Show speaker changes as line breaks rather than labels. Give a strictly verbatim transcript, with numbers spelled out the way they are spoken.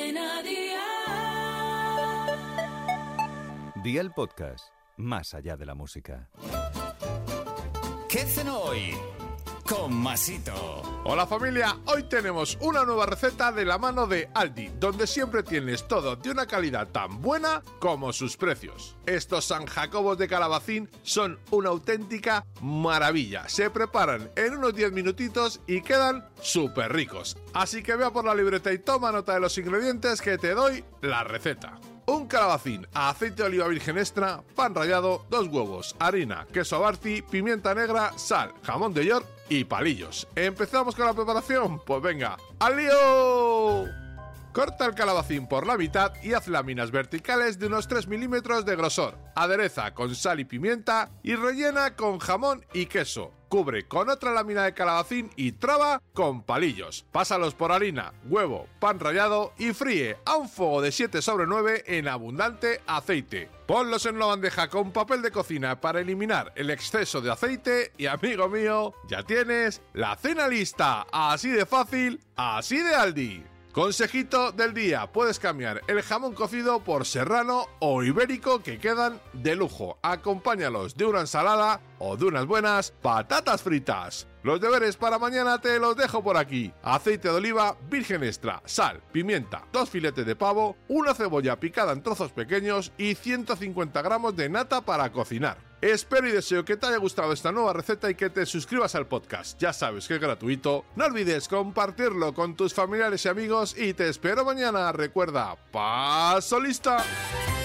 Cadena Dial.
Dial Podcast, más allá de la música.
¿Qué cenó hoy? Con Masito.
Hola familia, hoy tenemos una nueva receta de la mano de Aldi, donde siempre tienes todo de una calidad tan buena como sus precios. Estos San Jacobos de calabacín son una auténtica maravilla. Se preparan en unos diez minutitos y quedan súper ricos. Así que vea por la libreta y toma nota de los ingredientes que te doy la receta. Un calabacín, aceite de oliva virgen extra, pan rallado, dos huevos, harina, queso Barzi, pimienta negra, sal, jamón de York y palillos. ¿Empezamos con la preparación? Pues venga, ¡al lío! Corta el calabacín por la mitad y haz láminas verticales de unos tres milímetros de grosor. Adereza con sal y pimienta y rellena con jamón y queso. Cubre con otra lámina de calabacín y traba con palillos. Pásalos por harina, huevo, pan rallado y fríe a un fuego de siete sobre nueve en abundante aceite. Ponlos en una bandeja con papel de cocina para eliminar el exceso de aceite y, amigo mío, ya tienes la cena lista. Así de fácil, así de Aldi. Consejito del día, puedes cambiar el jamón cocido por serrano o ibérico que quedan de lujo. Acompáñalos de una ensalada o de unas buenas patatas fritas. Los deberes para mañana te los dejo por aquí. Aceite de oliva virgen extra, sal, pimienta, dos filetes de pavo, una cebolla picada en trozos pequeños y ciento cincuenta gramos de nata para cocinar. Espero y deseo que te haya gustado esta nueva receta y que te suscribas al podcast. Ya sabes que es gratuito. No olvides compartirlo con tus familiares y amigos y te espero mañana. Recuerda, paso lista.